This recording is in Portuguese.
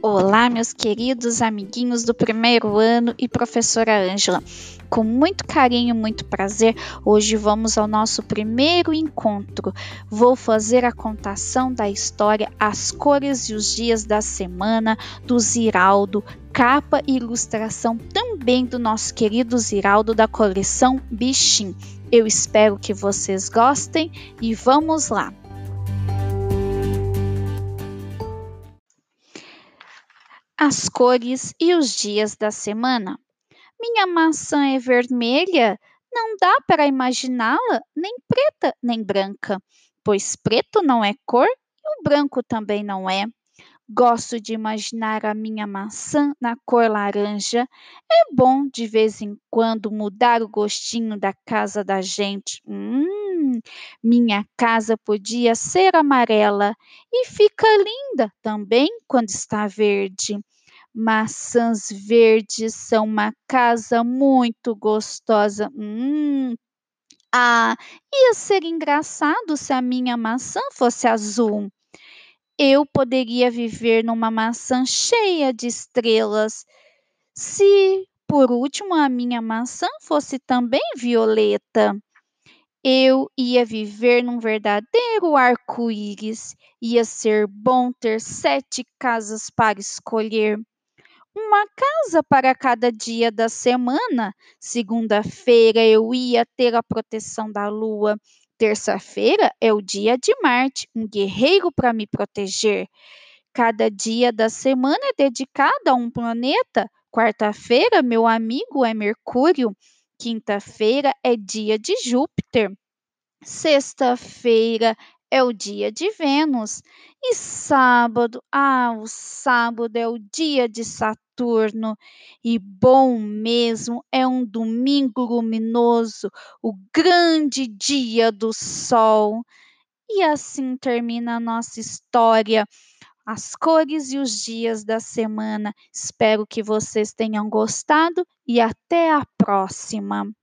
Olá, meus queridos amiguinhos do primeiro ano e professora Ângela. Com muito carinho, muito prazer, hoje vamos ao nosso primeiro encontro. Vou fazer a contação da história As Cores e os Dias da Semana, do Ziraldo, capa e ilustração também do nosso querido Ziraldo da coleção Bichim. Eu espero que vocês gostem e vamos lá! As cores e os dias da semana. Minha maçã é vermelha? Não dá para imaginá-la nem preta nem branca, pois preto não é cor e o branco também não é. Gosto de imaginar a minha maçã na cor laranja. É bom de vez em quando mudar o gostinho da casa da gente. Minha casa podia ser amarela e fica linda também quando está verde. Maçãs verdes são uma casa muito gostosa. Ia ser engraçado se a minha maçã fosse azul. Eu poderia viver numa maçã cheia de estrelas. Se, por último, a minha maçã fosse também violeta, eu ia viver num verdadeiro arco-íris. Ia ser bom ter 7 casas para escolher. Uma casa para cada dia da semana. Segunda-feira eu ia ter a proteção da lua. Terça-feira é o dia de Marte, um guerreiro para me proteger. Cada dia da semana é dedicado a um planeta. Quarta-feira, meu amigo é Mercúrio. Quinta-feira é dia de Júpiter. Sexta-feira é o dia de Vênus. E sábado, o sábado é o dia de Saturno. E bom mesmo é um domingo luminoso, o grande dia do sol. E assim termina a nossa história, as cores e os dias da semana. Espero que vocês tenham gostado e até a próxima.